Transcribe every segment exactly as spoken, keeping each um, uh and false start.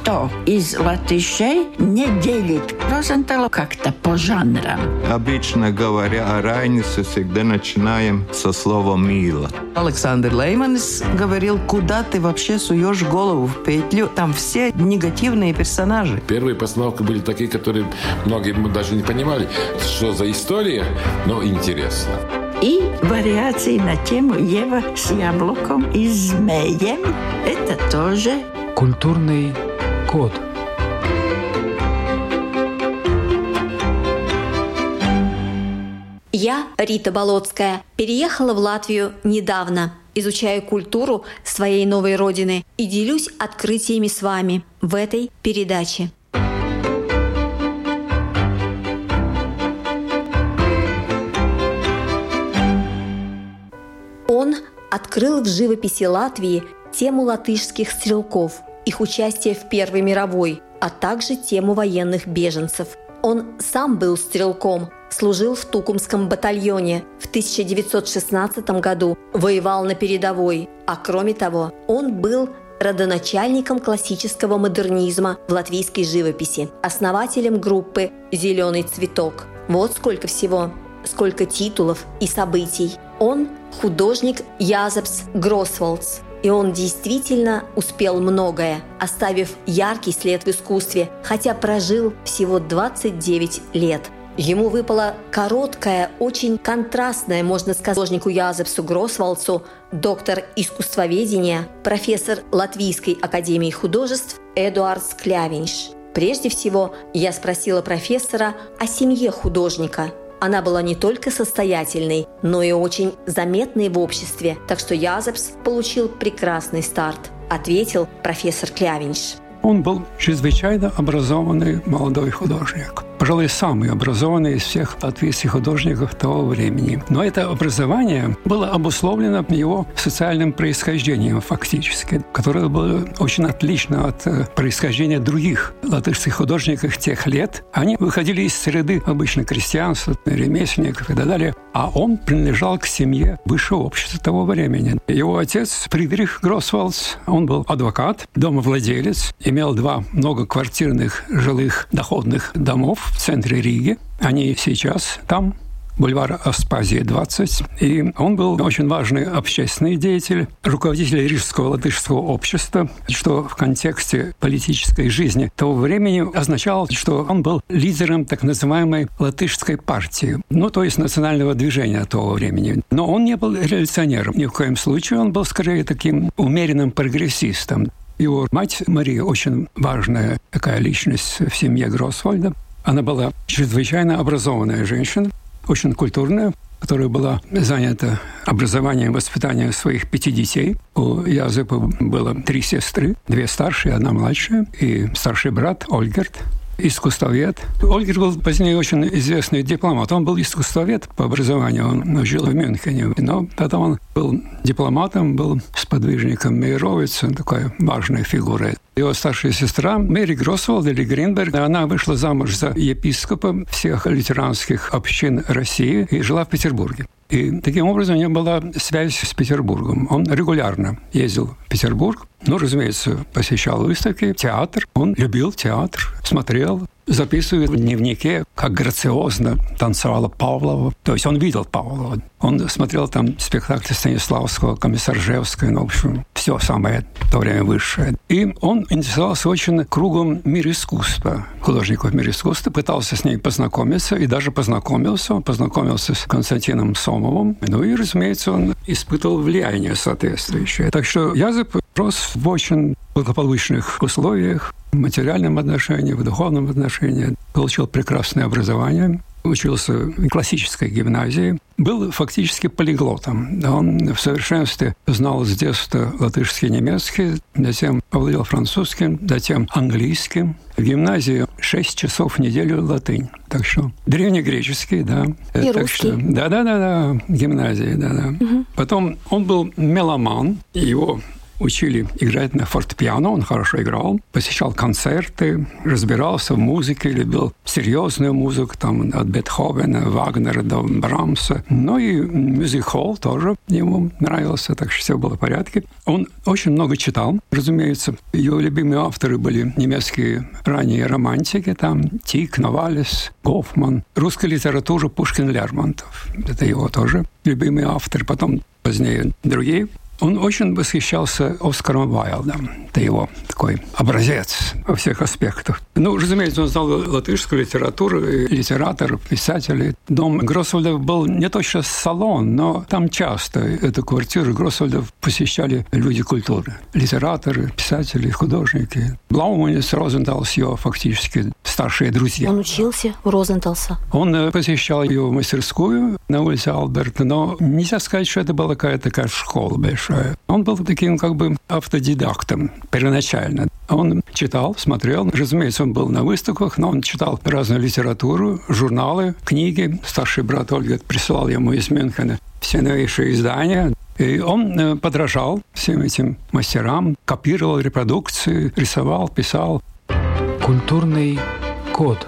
никто из латышей не делит Розенталу как-то по жанрам. Обычно говоря о Райнисе, всегда начинаем со слова «мило». Александр Лейманис говорил, куда ты вообще суешь голову в петлю. Там все негативные персонажи. Первые постановки были такие, которые многие даже не понимали, что за история, но интересно. И вариации на тему Ева с яблоком и змеем. Это тоже культурный код. Я, Рита Болотская, переехала в Латвию недавно, изучаю культуру своей новой родины и делюсь открытиями с вами в этой передаче. Он открыл в живописи Латвии тему латышских стрелков, их участие в Первой мировой, а также тему военных беженцев. Он сам был стрелком, служил в Тукумском батальоне, в тысяча девятьсот шестнадцатом году воевал на передовой, а кроме того, он был родоначальником классического модернизма в латвийской живописи, основателем группы «Зеленый цветок». Вот сколько всего, сколько титулов и событий. Он художник Jāzeps Grosvalds, и он действительно успел многое, оставив яркий след в искусстве, хотя прожил всего двадцать девять лет. Ему выпала короткая, очень контрастная, можно сказать, художнику Jāzepsu Grosvaldsу, доктор искусствоведения, профессор Латвийской академии художеств Эдуардс Кļaviņš. Прежде всего, я спросила профессора о семье художника. Она была не только состоятельной, но и очень заметной в обществе, так что Jāzeps получил прекрасный старт, ответил профессор Кļaviņš. Он был чрезвычайно образованный молодой художник. Пожалуй, самый образованный из всех латвийских художников того времени. Но это образование было обусловлено его социальным происхождением фактически, которое было очень отлично от происхождения других латышских художников тех лет. Они выходили из среды обычно крестьянства, ремесленников и так далее. А он принадлежал к семье высшего общества того времени. Его отец Фридрих Гросвалдс, он был адвокат, домовладелец, имел два многоквартирных жилых доходных домов в центре Риги. Они сейчас там, бульвар Аспазии, двадцать. И он был очень важный общественный деятель, руководитель Рижского латышского общества, что в контексте политической жизни того времени означало, что он был лидером так называемой латышской партии, ну, то есть национального движения того времени. Но он не был революционером ни в коем случае, он был скорее таким умеренным прогрессистом. Его мать Мария очень важная такая личность в семье Гросвальда. Она была чрезвычайно образованная женщина, очень культурная, которая была занята образованием и воспитанием своих пяти детей. У Jāzepa было три сестры, две старшие, одна младшая, и старший брат Ольгерт, искусствовед. Ольгерт был позднее очень известный дипломат. Он был искусствовед по образованию, он жил в Мюнхене. Но потом он был дипломатом, был сподвижником Мейеровица, такая важная фигура. Его старшая сестра Мэри Гросвальд или Гринберг, она вышла замуж за епископа всех лютеранских общин России и жила в Петербурге. И таким образом у него была связь с Петербургом. Он регулярно ездил в Петербург, ну, разумеется, посещал выставки, театр. Он любил театр, смотрел, записывает в дневнике, как грациозно танцевала Павлова. То есть он видел Павлова. Он смотрел там спектакли Станиславского, Комиссаржевского, ну, в общем, все самое в то время высшее. И он интересовался очень кругом мира искусства, художников мира искусства, пытался с ней познакомиться и даже познакомился. Он познакомился с Константином Сомовым. Ну и, разумеется, он испытывал влияние соответствующее. Так что Jāzep рос в очень благополучных условиях, в материальном отношении, в духовном отношении. Получил прекрасное образование, учился в классической гимназии, был фактически полиглотом. Он в совершенстве знал с детства латышский, немецкий, затем овладел французским, затем английским. В гимназии шесть часов в неделю латынь. Так что древнегреческий, да. И так русский. Что, да-да-да, в гимназии, да-да. Угу. Потом он был меломан, его учили играть на фортепиано, он хорошо играл, посещал концерты, разбирался в музыке, любил серьезную музыку, там, от Бетховена, Вагнера до Брамса. Ну и мюзик-холл тоже ему нравился, так что все было в порядке. Он очень много читал, разумеется. Его любимые авторы были немецкие ранние романтики, там Тик, Новалис, Гофман. Русская литература Пушкин, Лермонтов. Это его тоже любимый автор. Потом позднее другие. Он очень восхищался Оскаром Уайлдом. Это его такой образец во всех аспектах. Ну, разумеется, он знал латышскую литературу, литератор, писатель. Дом Гросвальдов был не точно салон, но там часто эту квартиру Гросвальдов посещали люди культуры. Литераторы, писатели, художники. Блауманис, Розенталс, его фактически старшие друзья. Он учился у Розенталса? Он посещал его мастерскую на улице Алберта, но нельзя сказать, что это была какая-то такая школа большая. Он был таким как бы автодидактом первоначально. Он читал, смотрел. Разумеется, он был на выставках, но он читал разную литературу, журналы, книги. Старший брат Ольга присылал ему из Мюнхена все новейшие издания. И он подражал всем этим мастерам, копировал репродукции, рисовал, писал. Культурный код.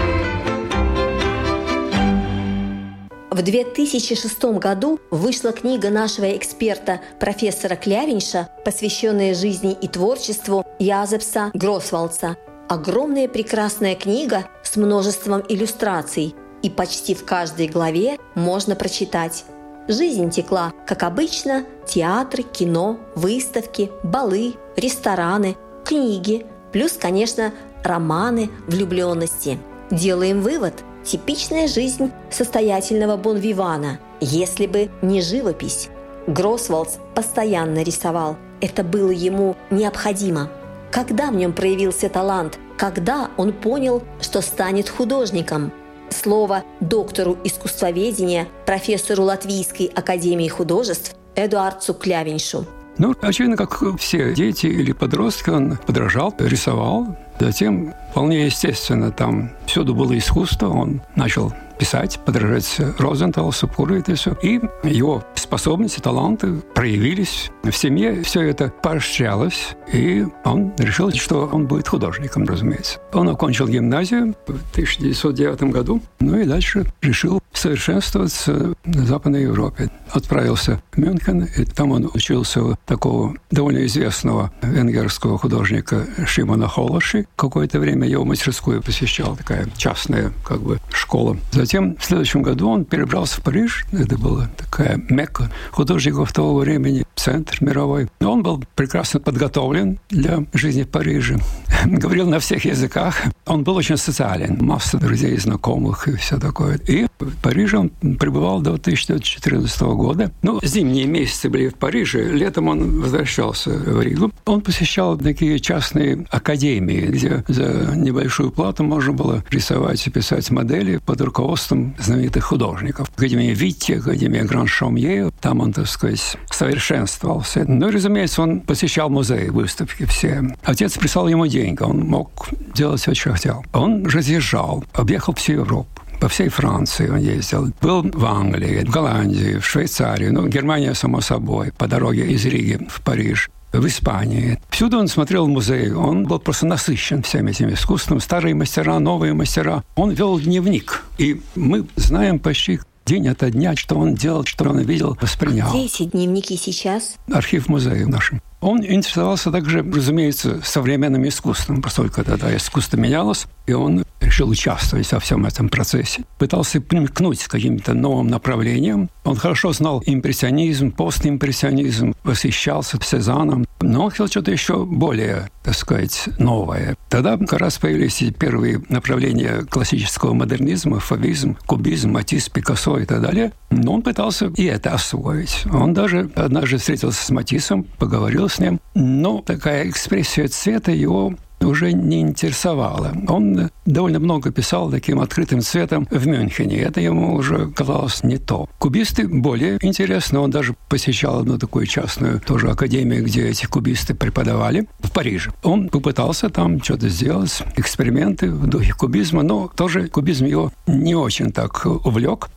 В две тысячи шестом году вышла книга нашего эксперта, профессора Клявинша, посвященная жизни и творчеству Язепса Гросвальдса. Огромная прекрасная книга с множеством иллюстраций, и почти в каждой главе можно прочитать. Жизнь текла, как обычно, театры, кино, выставки, балы, рестораны, книги, плюс, конечно, романы, влюбленности. Делаем вывод – типичная жизнь состоятельного бонвивана, если бы не живопись. Гросвальдс постоянно рисовал. Это было ему необходимо. Когда в нем проявился талант? Когда он понял, что станет художником? Слово доктору искусствоведения, профессору Латвийской академии художеств Эдуарду Клявиншу. Ну, очевидно, как все дети или подростки, он подражал, рисовал. Затем, вполне естественно, там всюду было искусство. Он начал писать, подражать Розенталсу, Пурвитису. И его способности, таланты проявились. В семье все это поощрялось. И он решил, что он будет художником, разумеется. Он окончил гимназию в тысяча девятьсот девятом году. Ну и дальше решил совершенствоваться в Западной Европе. Отправился в Мюнхен, и там он учился у такого довольно известного венгерского художника Шимона Холоши. Какое-то время его мастерскую посещал, такая частная как бы школа. Затем в следующем году он перебрался в Париж. Это была такая мекка художников того времени, центр мировой. Но он был прекрасно подготовлен для жизни в Париже. Говорил на всех языках. Он был очень социален. Масса друзей, знакомых и все такое. И в Париже он пребывал до тысяча девятьсот четырнадцатого года. Ну, зимние месяцы были в Париже. Летом он возвращался в Ригу. Он посещал такие частные академии, где за небольшую плату можно было рисовать и писать модели под руководством знаменитых художников. Академия Витти, Академия Гран-Шомье. Там он, так сказать, совершенствовался. Ну и, разумеется, он посещал музеи, выставки все. Отец прислал ему деньги. Он мог делать все, что хотел. Он разъезжал, объехал всю Европу. По всей Франции он ездил. Был в Англии, в Голландии, в Швейцарии, ну, Германия, само собой, по дороге из Риги в Париж, в Испании. Всюду он смотрел музеи. Он был просто насыщен всем этим искусством. Старые мастера, новые мастера. Он вел дневник. И мы знаем почти день ото дня, что он делал, что он видел, воспринял. Где эти дневники сейчас? Архив музея нашим. Он интересовался также, разумеется, современным искусством, поскольку тогда искусство менялось, и он решил участвовать во всем этом процессе. Пытался примкнуть к каким-то новым направлениям. Он хорошо знал импрессионизм, постимпрессионизм, восхищался Сезанном, но он хотел что-то еще более, так сказать, новое. Тогда как раз появились первые направления классического модернизма, фавизм, кубизм, Матисс, Пикассо и так далее. Но он пытался и это освоить. Он даже однажды встретился с Матиссом, поговорил с ним, но такая экспрессия цвета его уже не интересовало. Он довольно много писал таким открытым цветом в Мюнхене. Это ему уже казалось не то. Кубисты более интересны. Он даже посещал одну такую частную тоже академию, где эти кубисты преподавали в Париже. Он попытался там что-то сделать, эксперименты в духе кубизма, но тоже кубизм его не очень так увлек.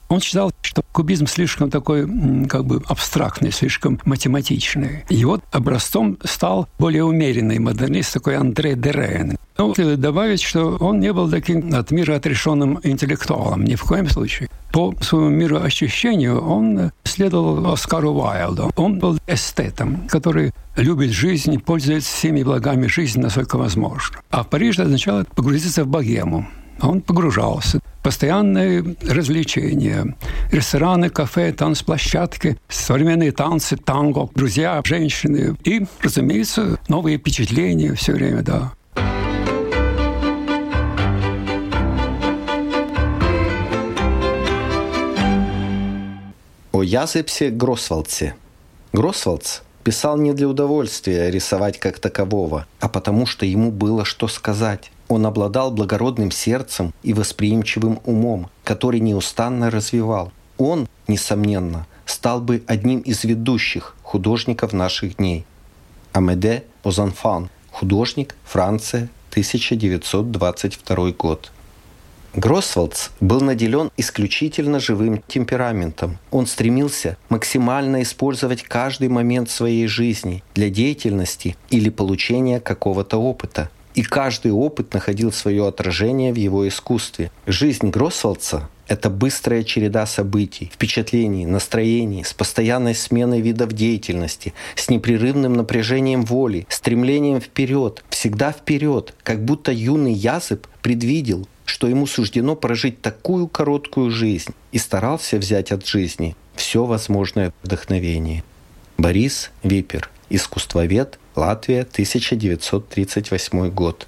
Он считал, что кубизм слишком такой, как бы, абстрактный, слишком математичный. И вот образцом стал более умеренный модернист, такой Андре Дерен. Ну, следует добавить, что он не был таким от мира отрешенным интеллектуалом, ни в коем случае. По своему мироощущению он следовал Оскару Уайлду. Он был эстетом, который любит жизнь и пользуется всеми благами жизни, насколько возможно. А в Париже означало погрузиться в богему. Он погружался. Постоянные развлечения, рестораны, кафе, танцплощадки, современные танцы, танго, друзья, женщины и, разумеется, новые впечатления все время, да. О Йозепе Гросвальдсе. Гросвальдс писал не для удовольствия рисовать как такового, а потому что ему было что сказать. Он обладал благородным сердцем и восприимчивым умом, который неустанно развивал. Он, несомненно, стал бы одним из ведущих художников наших дней. Амеде Озанфан, художник, Франция, тысяча девятьсот двадцать второй год. Гросвальдс был наделен исключительно живым темпераментом. Он стремился максимально использовать каждый момент своей жизни для деятельности или получения какого-то опыта. И каждый опыт находил свое отражение в его искусстве. Жизнь Гросвальдса — это быстрая череда событий, впечатлений, настроений, с постоянной сменой видов деятельности, с непрерывным напряжением воли, стремлением вперед, всегда вперед, как будто юный Йозеп предвидел, что ему суждено прожить такую короткую жизнь, и старался взять от жизни все возможное вдохновение. Борис Випер, искусствовед, Латвия, тысяча девятьсот тридцать восьмой год.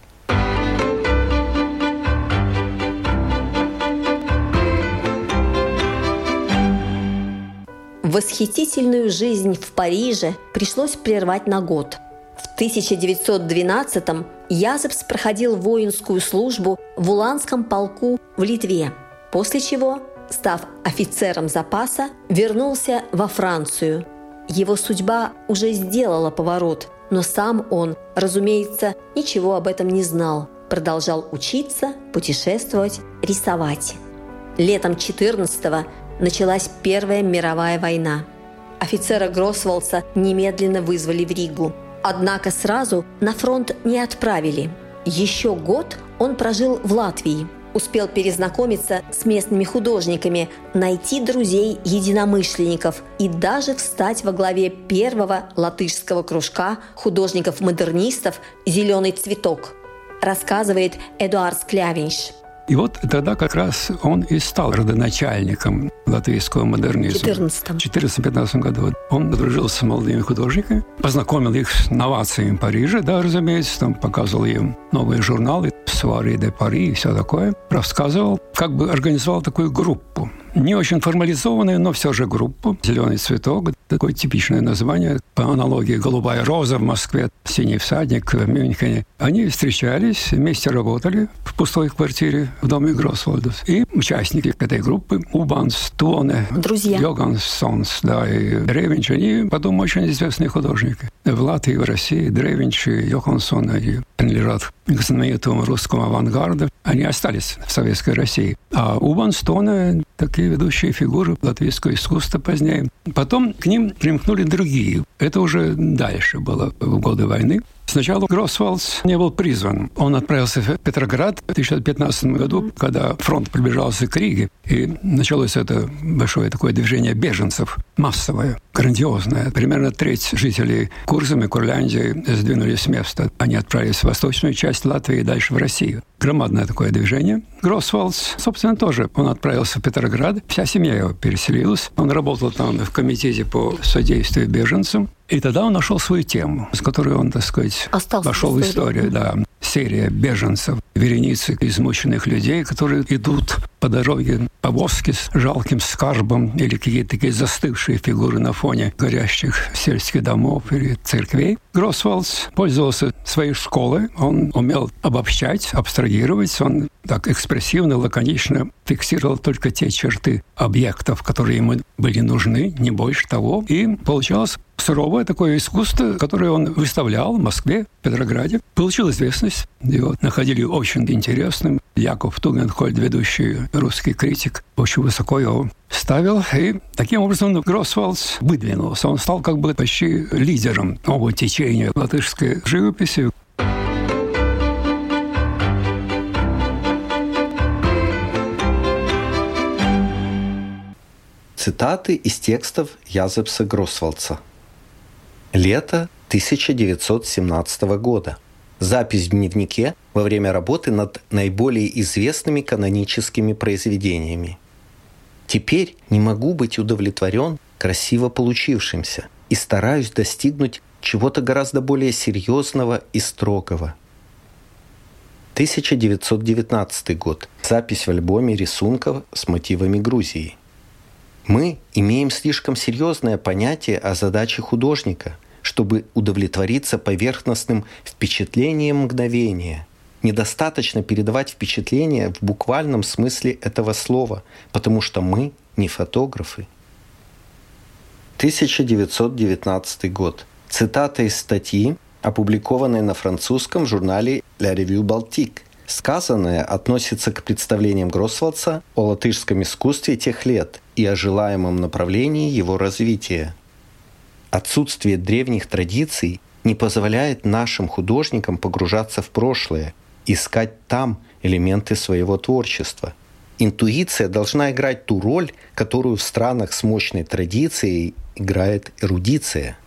Восхитительную жизнь в Париже пришлось прервать на год. В тысяча девятьсот двенадцатом Йозепс проходил воинскую службу в Уланском полку в Литве, после чего, став офицером запаса, вернулся во Францию. Его судьба уже сделала поворот, но сам он, разумеется, ничего об этом не знал. Продолжал учиться, путешествовать, рисовать. Летом четырнадцатого началась Первая мировая война. Офицера Гросвальдса немедленно вызвали в Ригу. Однако сразу на фронт не отправили. Еще год он прожил в Латвии, успел перезнакомиться с местными художниками, найти друзей-единомышленников и даже встать во главе первого латышского кружка художников-модернистов «Зеленый цветок», рассказывает Эдуард Склявинш. И вот тогда как раз он и стал родоначальником латвийского модернизма. В четырнадцатом. В четырнадцатом-пятнадцатом году. Он подружился с молодыми художниками, познакомил их с новациями Парижа, да, разумеется, там показывал им новые журналы, «Soirée de Paris» и все такое. Рассказывал, как бы организовал такую группу. Не очень формализованную, но все же группу. «Зеленый цветок» — такое типичное название, по аналогии «Голубая роза» в Москве, «Синий всадник» в Мюнхене. Они встречались, вместе работали в пустой квартире в доме Гросвальдов. И участники этой группы — Убанс, Туоне, друзья. Йогансонс, да, и Древинч, они потом очень известные художники. В Латвии, в России Древинч и Йоханссон, они принадлежат к знаменитому русскому авангарду. Они остались в Советской России. А Убанс, Туоне — такие ведущие фигуры латвийского искусства позднее. Потом к ним примкнули другие. Это уже дальше было, в годы войны. Сначала Гросвальдс не был призван. Он отправился в Петроград в тысяча девятьсот пятнадцатом году, когда фронт приближался к Риге, и началось это большое такое движение беженцев, массовое, грандиозное. Примерно треть жителей Курзамы, Курляндии сдвинулись с места. Они отправились в восточную часть Латвии и дальше в Россию. Громадное такое движение. Гросвальдс, собственно, тоже. Он отправился в Петроград. Вся семья его переселилась. Он работал там в комитете по содействию беженцам. И тогда он нашел свою тему, с которой он, так сказать, остался вошел в историю. Да. Серия беженцев, вереницы измученных людей, которые идут по дороге, повозки с жалким скарбом или какие-то такие застывшие фигуры на фоне горящих сельских домов или церквей. Гросвальдс пользовался своей школой. Он умел обобщать, абстрагировать. Он так экспрессивно, лаконично фиксировал только те черты объектов, которые ему были нужны, не больше того. И получалось суровое такое искусство, которое он выставлял в Москве, в Петрограде. Получил известность, его находили очень интересным. Яков Тугенхольд, ведущий русский критик, очень высоко его ставил. И таким образом Гросвальдс выдвинулся. Он стал как бы почти лидером нового течения латышской живописи. Цитаты из текстов Йозепса Гросвальдса. Лето тысяча девятьсот семнадцатого года. Запись в дневнике во время работы над наиболее известными каноническими произведениями. Теперь не могу быть удовлетворен красиво получившимся и стараюсь достигнуть чего-то гораздо более серьезного и строгого. тысяча девятьсот девятнадцатый год. Запись в альбоме рисунков с мотивами Грузии. Мы имеем слишком серьезное понятие о задаче художника, чтобы удовлетвориться поверхностным впечатлением мгновения. Недостаточно передавать впечатление в буквальном смысле этого слова, потому что мы не фотографы. тысяча девятьсот девятнадцатый год. Цитата из статьи, опубликованной на французском в журнале «La Revue Baltique». Сказанное относится к представлениям Гросвальдса о латышском искусстве тех лет и о желаемом направлении его развития. Отсутствие древних традиций не позволяет нашим художникам погружаться в прошлое, искать там элементы своего творчества. Интуиция должна играть ту роль, которую в странах с мощной традицией играет эрудиция.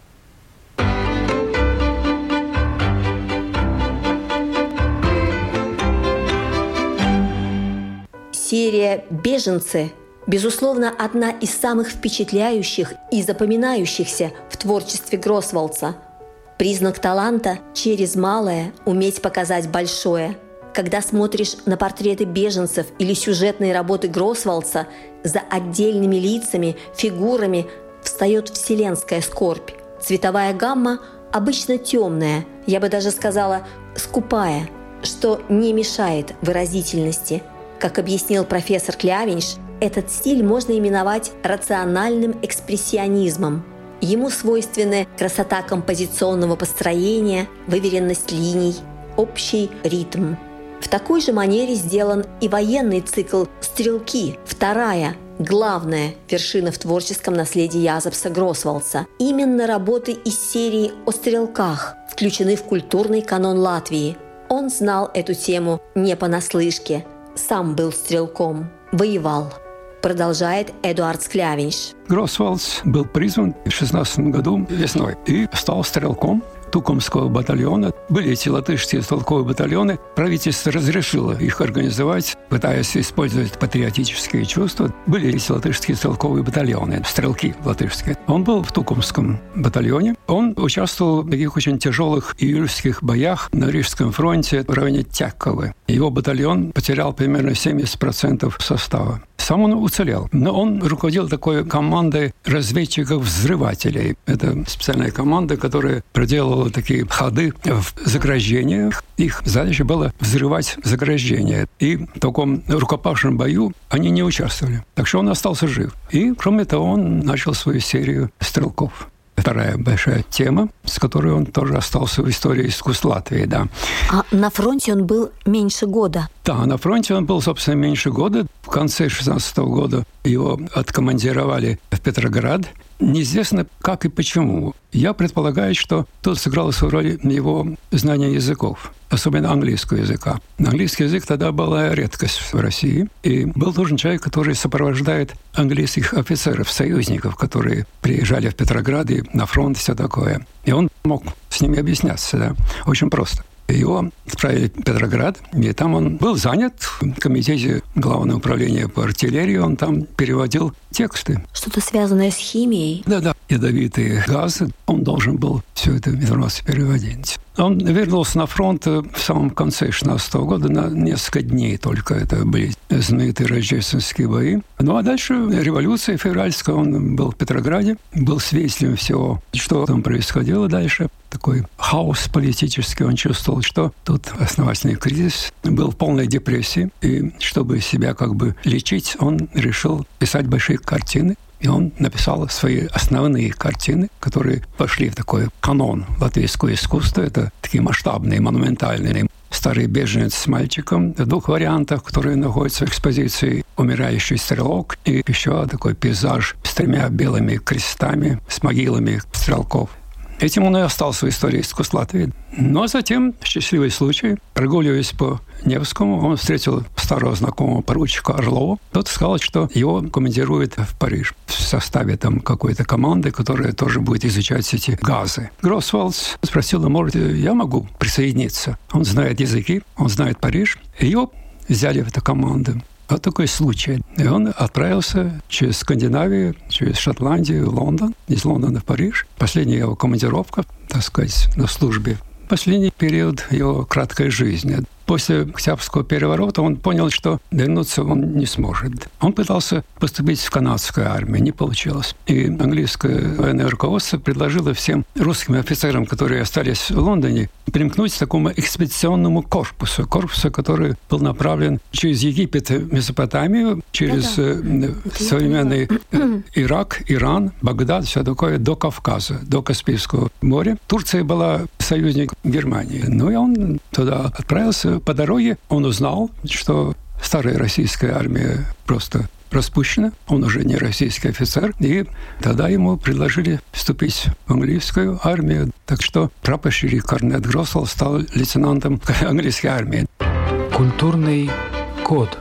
Серия «Беженцы» безусловно, одна из самых впечатляющих и запоминающихся в творчестве Гросвальдса. Признак таланта – через малое уметь показать большое. Когда смотришь на портреты беженцев или сюжетные работы Гросвальдса, за отдельными лицами, фигурами встает вселенская скорбь. Цветовая гамма обычно темная, я бы даже сказала, скупая, что не мешает выразительности. Как объяснил профессор Клявинш, этот стиль можно именовать рациональным экспрессионизмом. Ему свойственны красота композиционного построения, выверенность линий, общий ритм. В такой же манере сделан и военный цикл «Стрелки», вторая, главная вершина в творческом наследии Йозепса Гросвальдса. Именно работы из серии о стрелках включены в культурный канон Латвии. Он знал эту тему не понаслышке, сам был стрелком, воевал. Продолжает Эдуард Клявинш. Гросвальдс был призван в шестнадцатом году весной и стал стрелком Тукумского батальона. Были эти латышские стрелковые батальоны. Правительство разрешило их организовать, пытаясь использовать патриотические чувства. Были эти латышские стрелковые батальоны, стрелки латышские. Он был в Тукумском батальоне. Он участвовал в таких очень тяжелых июльских боях на Рижском фронте в районе Тяковы. Его батальон потерял примерно семьдесят процентов состава. Сам он уцелел. Но он руководил такой командой разведчиков-взрывателей. Это специальная команда, которая проделала такие ходы в заграждениях. Их задача была взрывать заграждения. И в таком рукопашном бою они не участвовали. Так что он остался жив. И, кроме того, он начал свою серию стрелков. Вторая большая тема, с которой он тоже остался в истории искусств Латвии, да. А на фронте он был меньше года? Да, на фронте он был, собственно, меньше года. В конце шестнадцатого года его откомандировали в Петроград. Неизвестно, как и почему. Я предполагаю, что тут сыграло свою роль его знание языков, особенно английского языка. Английский язык тогда была редкость в России. И был должен человек, который сопровождает английских офицеров, союзников, которые приезжали в Петроград и на фронт, все такое. И он мог с ними объясняться, да, очень просто. Его отправили в Петроград, и там он был занят в комитете Главного управления по артиллерии, он там переводил тексты. Что-то связанное с химией? Да-да, ядовитые газы, он должен был всю эту информацию переводить. Он вернулся на фронт в самом конце шестнадцатого года на несколько дней только. Это были знаменитые рождественские бои. Ну а дальше революция февральская. Он был в Петрограде, был свидетелем всего, что там происходило дальше. Такой хаос политический. Он чувствовал, что тут основательный кризис, был в полной депрессии. И чтобы себя как бы лечить, он решил писать большие картины. И он написал свои основные картины, которые вошли в такой канон латвийского искусства. Это такие масштабные, монументальные. «Старый беженец с мальчиком» в двух вариантах, которые находятся в экспозиции «Умирающий стрелок» и еще такой пейзаж с тремя белыми крестами, с могилами стрелков. Этим он и остался в истории искусства Латвии. Но затем, счастливый случай, прогуливаясь по Невскому, он встретил старого знакомого поручика Орлова. Тот сказал, что его командируют в Париж в составе там какой-то команды, которая тоже будет изучать эти газы. Гроссвалдс спросил, может, я могу присоединиться? Он знает языки, он знает Париж. И его взяли в эту команду. Вот такой случай. И он отправился через Скандинавию, через Шотландию, Лондон, из Лондона в Париж. Последняя его командировка, так сказать, на службе. Последний период его краткой жизни. После Октябрьского переворота он понял, что вернуться он не сможет. Он пытался поступить в канадскую армию, не получилось. И английское военное руководство предложило всем русским офицерам, которые остались в Лондоне, примкнуть к такому экспедиционному корпусу. Корпусу, который был направлен через Египет, Месопотамию, через да-да. современный Ирак, Иран, Багдад, все такое, до Кавказа, до Каспийского моря. Турция была союзник Германии. Ну и он туда отправился. По дороге он узнал, что старая российская армия просто распущена, он уже не российский офицер, и тогда ему предложили вступить в английскую армию. Так что прапорщик Корнет Гроссвелл стал лейтенантом английской армии. Культурный код.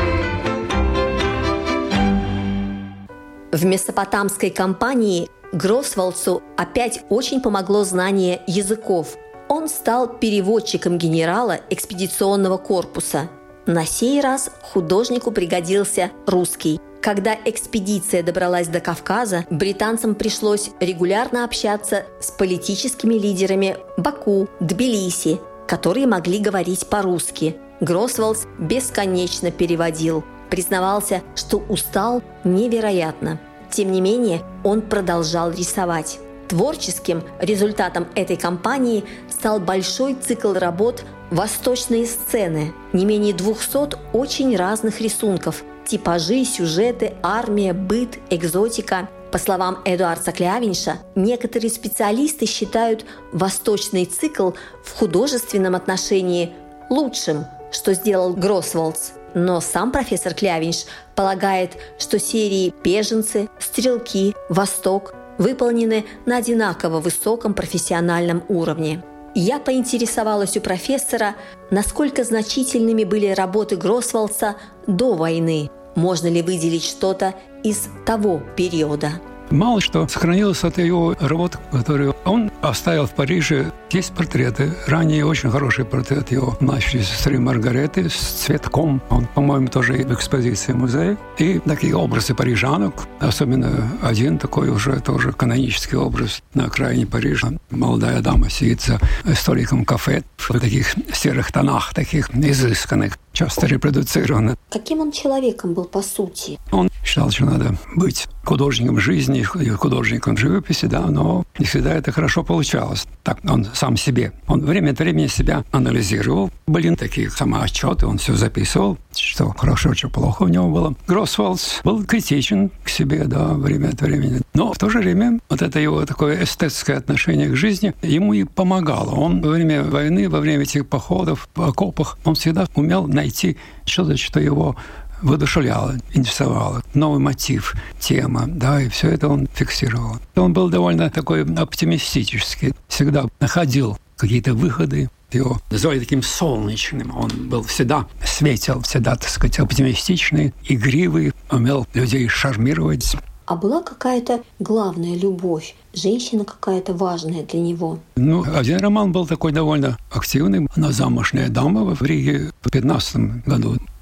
В месопотамской кампании Гроссвалдсу опять очень помогло знание языков. Он стал переводчиком генерала экспедиционного корпуса. На сей раз художнику пригодился русский. Когда экспедиция добралась до Кавказа, британцам пришлось регулярно общаться с политическими лидерами Баку, Тбилиси, которые могли говорить по-русски. Гроссвалдс бесконечно переводил. Признавался, что устал невероятно. Тем не менее, он продолжал рисовать. Творческим результатом этой кампании стал большой цикл работ «Восточные сцены», не менее двухсот очень разных рисунков, типажи, сюжеты, армия, быт, экзотика. По словам Эдуарда Клявинша, некоторые специалисты считают восточный цикл в художественном отношении лучшим, что сделал Гроссвалдс. Но сам профессор Клявинш полагает, что серии «Беженцы», «Стрелки», «Восток» выполнены на одинаково высоком профессиональном уровне. Я поинтересовалась у профессора, насколько значительными были работы Гроссвалдса до войны. Можно ли выделить что-то из того периода? Мало что сохранилось от его работ, которые он оставил в Париже. Есть портреты. Ранее очень хороший портрет его младшей сестры Маргареты с цветком. Он, по-моему, тоже в экспозиции музея. И такие образы парижанок. Особенно один такой уже тоже канонический образ на окраине Парижа. Молодая дама сидит за столиком кафе в таких серых тонах, таких изысканных, часто репродуцированных. Каким он человеком был по сути? Он считал, что надо быть художником жизни, художником живописи, да, но не всегда это хорошо получалось. Так он сам себе. Он время от времени себя анализировал. Были такие самоотчеты, он все записывал, что хорошо, что плохо у него было. Гроссвалдс был критичен к себе, да, время от времени. Но в то же время вот это его такое эстетское отношение к жизни ему и помогало. Он во время войны, во время этих походов в окопах, он всегда умел найти что-то, что его воодушевляло, интересовало. Новый мотив, тема, да, и все это он фиксировал. Он был довольно такой оптимистический, всегда находил какие-то выходы. Его называли таким солнечным. Он был всегда светил, всегда, так сказать, оптимистичный, игривый, умел людей шармировать. А была какая-то главная любовь, женщина какая-то важная для него? Ну, один роман был такой довольно активный. Она замужняя дама в Риге в пятнадцатом году.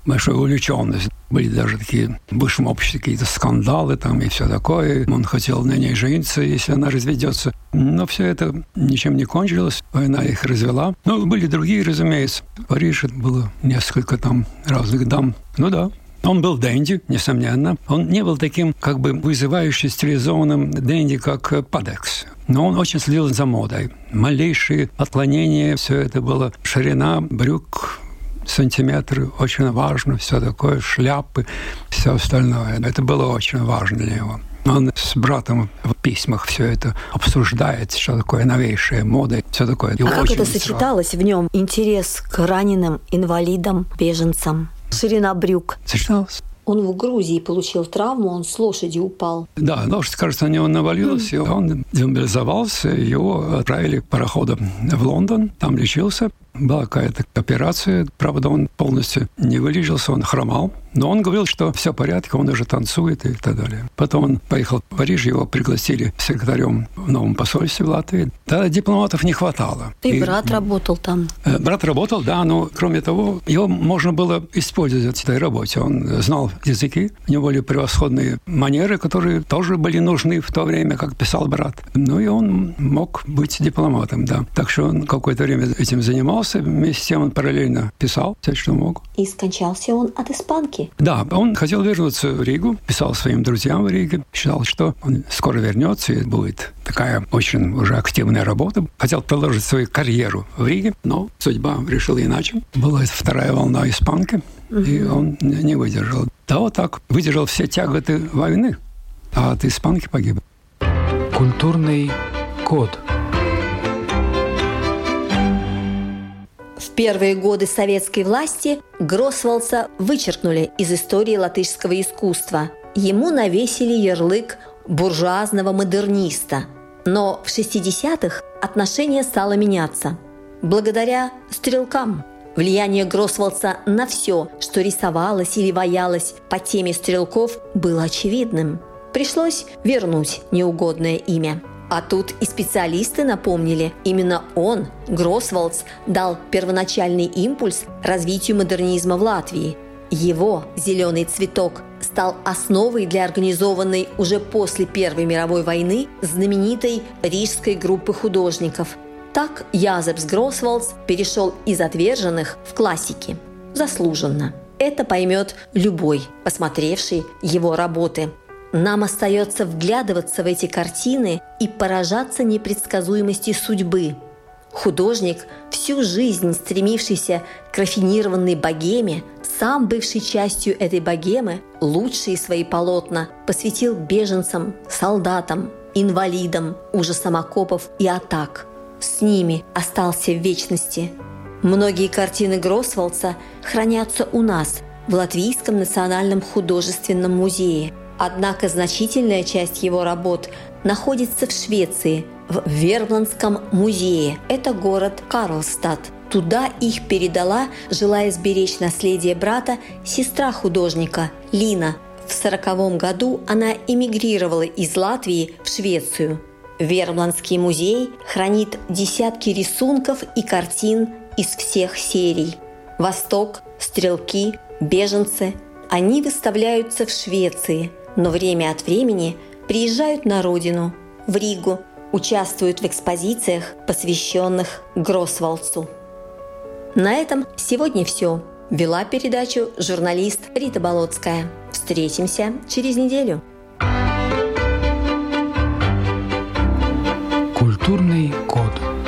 большая увлеченность. Были даже такие в высшем обществе какие-то скандалы там и все такое. Он хотел на ней жениться, если она разведется. Но все это ничем не кончилось. Война их развела. Но были другие, разумеется. В Париже было несколько там разных дам. Ну да. Он был денди, несомненно. Он не был таким, как бы, вызывающим стилизованным денди, как Падекс. Но он очень следил за модой. Малейшие отклонения, все это было. Ширина брюк, сантиметры, очень важно. Все такое, шляпы, все остальное. Это было очень важно для него. Он с братом в письмах все это обсуждает, что такое новейшая мода, все такое. А как это сочеталось в нем? Интерес к раненым, инвалидам, беженцам? Ширина брюк. Сочеталось. Он в Грузии получил травму, он с лошади упал. Да, лошадь, кажется, на него навалилась, mm. и он демобилизовался, его отправили пароходом в Лондон, там лечился. Была какая-то операция, правда, он полностью не вылечился, он хромал. Но он говорил, что все в порядке, он уже танцует и так далее. Потом он поехал в Париж, его пригласили секретарем в новом посольстве в Латвии. Тогда дипломатов не хватало. И, и брат работал там. Брат работал, да, но кроме того, его можно было использовать в этой работе. Он знал языки, у него были превосходные манеры, которые тоже были нужны в то время, как писал брат. Ну и он мог быть дипломатом, да. Так что он какое-то время этим занимался, вместе с тем он параллельно писал все, что мог. И скончался он от испанки. Да, он хотел вернуться в Ригу, писал своим друзьям в Риге, считал, что он скоро вернется, и будет такая очень уже активная работа. Хотел продолжить свою карьеру в Риге, но судьба решила иначе. Была вторая волна испанки, угу. и он не выдержал. Да, вот так, выдержал все тяготы войны, а от испанки погиб. Культурный код. В первые годы советской власти Гросвалдса вычеркнули из истории латышского искусства. Ему навесили ярлык буржуазного модерниста. Но в шестидесятых отношение стало меняться. Благодаря стрелкам. Влияние Гросвалдса на все, что рисовалось или ваялось по теме стрелков, было очевидным. Пришлось вернуть неугодное имя. А тут и специалисты напомнили, именно он, Гросвалдс, дал первоначальный импульс развитию модернизма в Латвии. Его «Зеленый цветок» стал основой для организованной уже после Первой мировой войны знаменитой рижской группы художников. Так Язепс Гросвалдс перешел из отверженных в классики. Заслуженно. Это поймет любой, посмотревший его работы. Нам остается вглядываться в эти картины и поражаться непредсказуемости судьбы. Художник, всю жизнь стремившийся к рафинированной богеме, сам бывший частью этой богемы, лучшие свои полотна посвятил беженцам, солдатам, инвалидам, ужасам окопов и атак. С ними остался в вечности. Многие картины Гросвалдса хранятся у нас в Латвийском национальном художественном музее. Однако значительная часть его работ находится в Швеции, в Вермландском музее. Это город Карлстад. Туда их передала, желая сберечь наследие брата, сестра художника Лина. В сороковом году она эмигрировала из Латвии в Швецию. Вермландский музей хранит десятки рисунков и картин из всех серий. «Восток», «Стрелки», «Беженцы» – они выставляются в Швеции, но время от времени приезжают на родину, в Ригу, участвуют в экспозициях, посвященных Гросвалдсу. На этом сегодня все. Вела передачу журналист Рита Болотская. Встретимся через неделю. Культурный код.